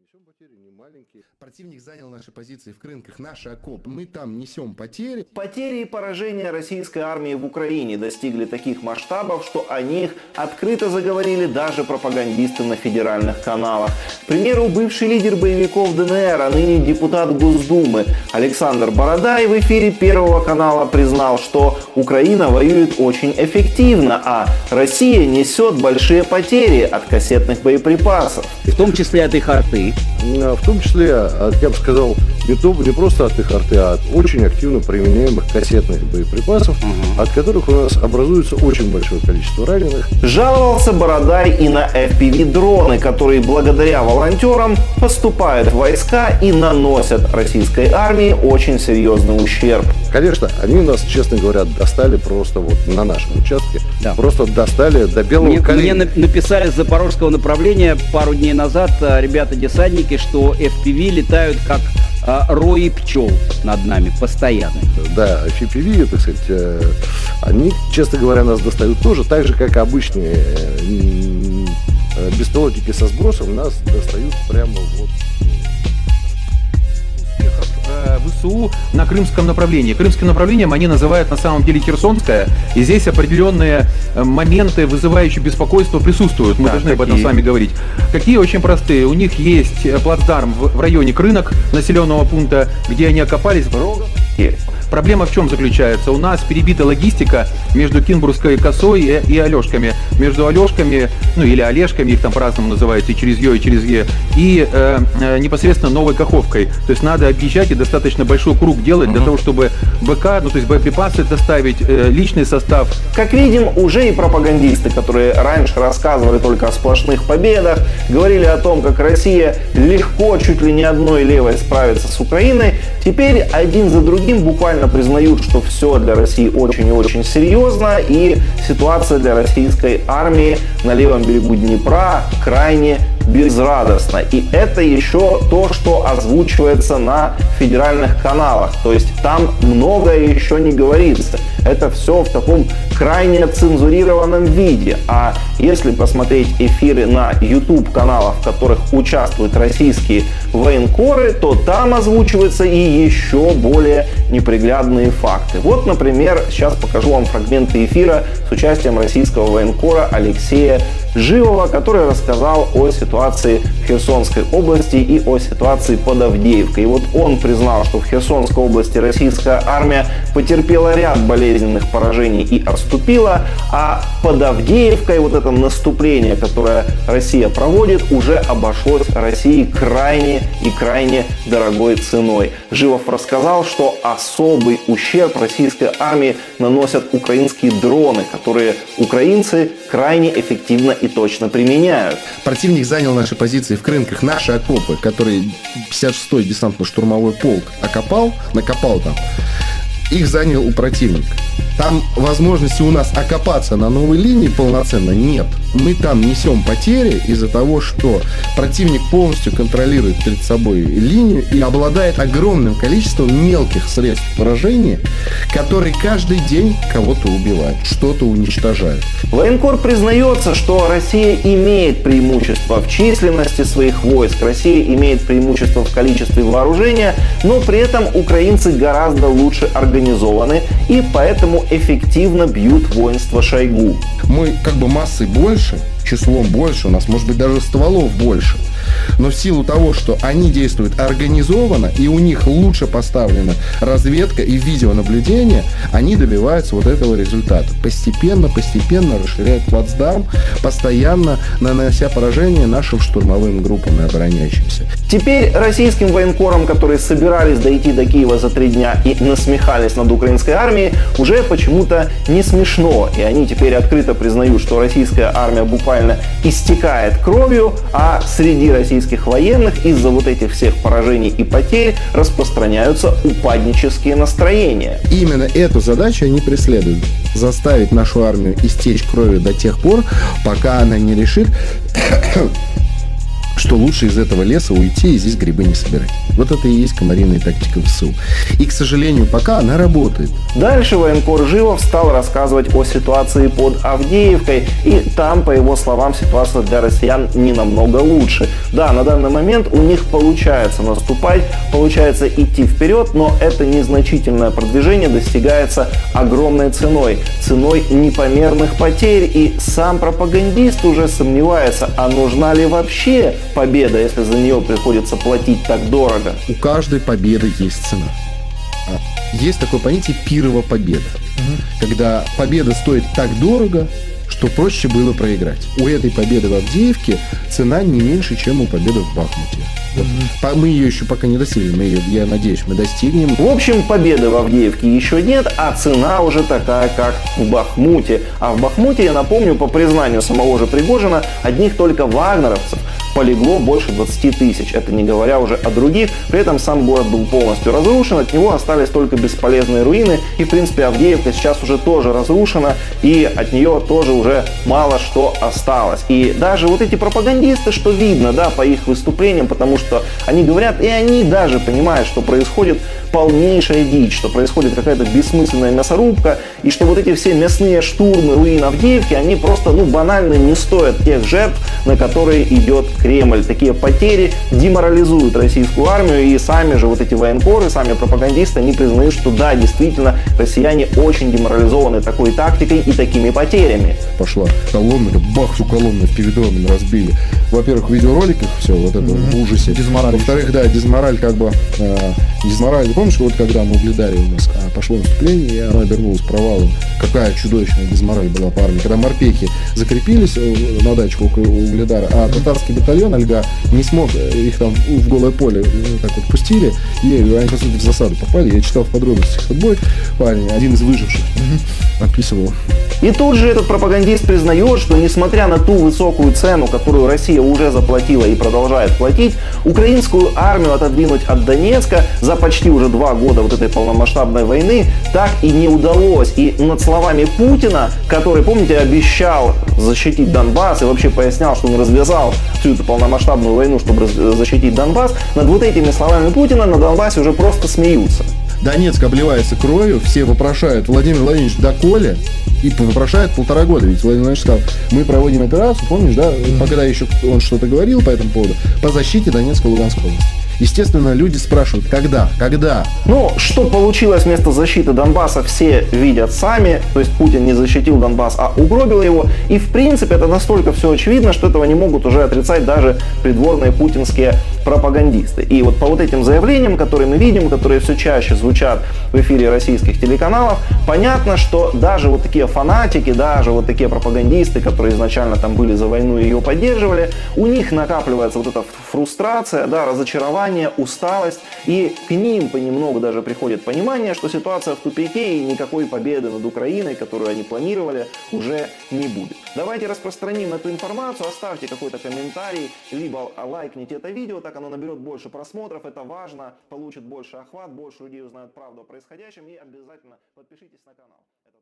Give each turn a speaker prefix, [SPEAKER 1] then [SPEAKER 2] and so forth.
[SPEAKER 1] Противник занял наши позиции в Крынках, наши окопы. Мы там несем потери.
[SPEAKER 2] Потери и поражения российской армии в Украине достигли таких масштабов, что о них открыто заговорили даже пропагандисты на федеральных каналах. К примеру, бывший лидер боевиков ДНР, а ныне депутат Госдумы Александр Бородай в эфире Первого канала признал, что Украина воюет очень эффективно, а Россия несет большие потери от кассетных боеприпасов.
[SPEAKER 3] В том числе от их арты.
[SPEAKER 4] В том числе, я бы сказал, не просто от их арты, а от очень активно применяемых кассетных боеприпасов, от которых у нас образуется очень большое количество раненых.
[SPEAKER 2] Жаловался Бородай и на FPV-дроны, которые благодаря волонтерам поступают в войска и наносят российской армии очень серьезный ущерб.
[SPEAKER 4] Конечно, они нас, честно говоря, достали просто вот на нашем участке. Да. Просто достали до белого коленя.
[SPEAKER 3] Мне написали с запорожского направления пару дней назад ребята-десантники, что FPV летают как рои пчел над нами постоянно.
[SPEAKER 4] Да, FPV, так сказать, они, честно говоря, нас достают тоже, так же, как обычные беспилотники со сбросом нас достают прямо вот.
[SPEAKER 5] ВСУ на крымском направлении. Крымским направлением они называют на самом деле Херсонское, и здесь определенные моменты, вызывающие беспокойство, присутствуют. Мы должны об этом с вами говорить. Какие очень простые. У них есть плацдарм в районе Крынок, населенного пункта, где они окопались. Проблема в чем заключается? У нас перебита логистика между Кинбургской косой и Алешками. Между Алешками, ну или Олежками, их там по-разному называют, и через Ё, и через Е, и непосредственно Новой Каховкой. То есть надо объезжать и достаточно большой круг делать для того, чтобы БК, ну то есть боеприпасы доставить, личный состав.
[SPEAKER 2] Как видим, уже и пропагандисты, которые раньше рассказывали только о сплошных победах, говорили о том, как Россия легко, чуть ли не одной левой справится с Украиной, теперь один за другим буквально признают, что все для России очень и очень серьезно, и ситуация для российской армии на левом берегу Днепра крайне безрадостно. И это еще то, что озвучивается на федеральных каналах. То есть там многое еще не говорится. Это все в таком крайне цензурированном виде. А если посмотреть эфиры на YouTube каналах, в которых участвуют российские военкоры, то там озвучиваются и еще более неприглядные факты. Вот, например, сейчас покажу вам фрагменты эфира с участием российского военкора Алексея Живого, который рассказал о ситуации в Херсонской области и о ситуации под Авдеевкой. И вот он признал, что в Херсонской области российская армия потерпела ряд болезненных поражений и отступила, а под Авдеевкой вот это наступление, которое Россия проводит, уже обошлось России крайне и крайне дорогой ценой. Живов рассказал, что особый ущерб российской армии наносят украинские дроны, которые украинцы крайне эффективно и точно применяют.
[SPEAKER 1] Противник занял наши позиции в Крынках, наши окопы, которые 56-й десантно-штурмовой полк накопал там. Их занял у противника. Там возможности у нас окопаться на новой линии полноценно нет. Мы там несем потери из-за того, что противник полностью контролирует перед собой линию и обладает огромным количеством мелких средств поражения, которые каждый день кого-то убивают, что-то уничтожают.
[SPEAKER 2] Военкор признается, что Россия имеет преимущество в численности своих войск, Россия имеет преимущество в количестве вооружения, но при этом украинцы гораздо лучше организованы и поэтому эффективно бьют воинство Шойгу.
[SPEAKER 1] Мы как бы массой больше, числом больше, у нас может быть даже стволов больше. Но в силу того, что они действуют организованно и у них лучше поставлена разведка и видеонаблюдение, они добиваются вот этого результата. Постепенно расширяют плацдарм, постоянно нанося поражение нашим штурмовым группам и обороняющимся.
[SPEAKER 2] Теперь российским военкорам, которые собирались дойти до Киева за 3 дня и насмехались над украинской армией, уже почему-то не смешно. И они теперь открыто признают, что российская армия буквально истекает кровью, а среди российских военных из-за вот этих всех поражений и потерь распространяются упаднические настроения.
[SPEAKER 1] Именно эту задачу они преследуют. Заставить нашу армию истечь кровью до тех пор, пока она не решит, что лучше из этого леса уйти и здесь грибы не собирать. Вот это и есть комариная тактика ВСУ. И, к сожалению, пока она работает.
[SPEAKER 2] Дальше военкор Живов стал рассказывать о ситуации под Авдеевкой, и там, по его словам, ситуация для россиян не намного лучше. Да, на данный момент у них получается наступать, получается идти вперед, но это незначительное продвижение достигается огромной ценой непомерных потерь, и сам пропагандист уже сомневается, а нужна ли вообще победа, если за нее приходится платить так дорого.
[SPEAKER 1] У каждой победы есть цена. Есть такое понятие пирова победа. Когда победа стоит так дорого, что проще было проиграть. У этой победы в Авдеевке цена не меньше, чем у победы в Бахмуте. Вот. Мы ее еще пока не достигли, я надеюсь, мы достигнем.
[SPEAKER 2] В общем, победы в Авдеевке еще нет, а цена уже такая, как в Бахмуте. А в Бахмуте, я напомню, по признанию самого же Пригожина, одних только вагнеровцев полегло больше 20 тысяч. Это не говоря уже о других. При этом сам город был полностью разрушен, от него остались только бесполезные руины. И, в принципе, Авдеевка сейчас уже тоже разрушена, и от нее тоже уже мало что осталось. И даже вот эти пропагандисты, что видно, да, по их выступлениям, потому что они говорят, и они даже понимают, что происходит полнейшая дичь, что происходит какая-то бессмысленная мясорубка, и что вот эти все мясные штурмы руин Авдеевки, они просто, банально не стоят тех жертв, на которые идет Кремль. Такие потери деморализуют российскую армию, и сами же вот эти военкоры, сами пропагандисты, они признают, что да, действительно, россияне очень деморализованы такой тактикой и такими потерями.
[SPEAKER 1] Пошла колонна, бах, всю колонну вперед разбили. Во-первых, в видеороликах все вот это в ужасе.
[SPEAKER 6] Дезмораль.
[SPEAKER 1] Во-вторых, да, дезмораль дезмораль. Помнишь, вот когда на Угледаре у нас пошло наступление, и оно обернулось провалом. Какая чудовищная дезмораль была по армии. Когда морпехи закрепились на дачку около Угледара, а татарский батальон Ольга не смог, их там в голое поле так вот пустили, и они, по сути, в засаду попали. Я читал в подробностях этот бой. Парень, один из выживших, описывал.
[SPEAKER 2] И тут же этот пропагандист признает, что несмотря на ту высокую цену, которую Россия уже заплатила и продолжает платить, украинскую армию отодвинуть от Донецка за почти уже 2 года вот этой полномасштабной войны так и не удалось. И над словами Путина, который, помните, обещал защитить Донбасс и вообще пояснял, что он развязал всю эту полномасштабную войну, чтобы защитить Донбасс, над вот этими словами Путина на Донбассе уже просто смеются.
[SPEAKER 1] Донецк обливается кровью, все вопрошают: Владимир Владимирович, доколе? И вопрошают 1,5 года. Ведь Владимир Владимирович сказал: мы проводим операцию, помнишь, да? Когда еще он что-то говорил по этому поводу, по защите Донецкой и Луганской области. Естественно, люди спрашивают, когда?
[SPEAKER 2] Что получилось вместо защиты Донбасса, все видят сами. То есть Путин не защитил Донбасс, а угробил его. И в принципе это настолько все очевидно, что этого не могут уже отрицать даже придворные путинские пропагандисты. И вот по вот этим заявлениям, которые мы видим, которые все чаще звучат в эфире российских телеканалов, понятно, что даже вот такие фанатики, даже вот такие пропагандисты, которые изначально там были за войну и ее поддерживали, у них накапливается вот эта фрустрация, да, разочарование, усталость, и к ним понемногу даже приходит понимание, что ситуация в тупике и никакой победы над Украиной, которую они планировали, уже не будет. Давайте распространим эту информацию, оставьте какой-то комментарий, либо лайкните это видео, так оно наберет больше просмотров, это важно, получит больше охват, больше людей узнают правду о происходящем, и обязательно подпишитесь на канал.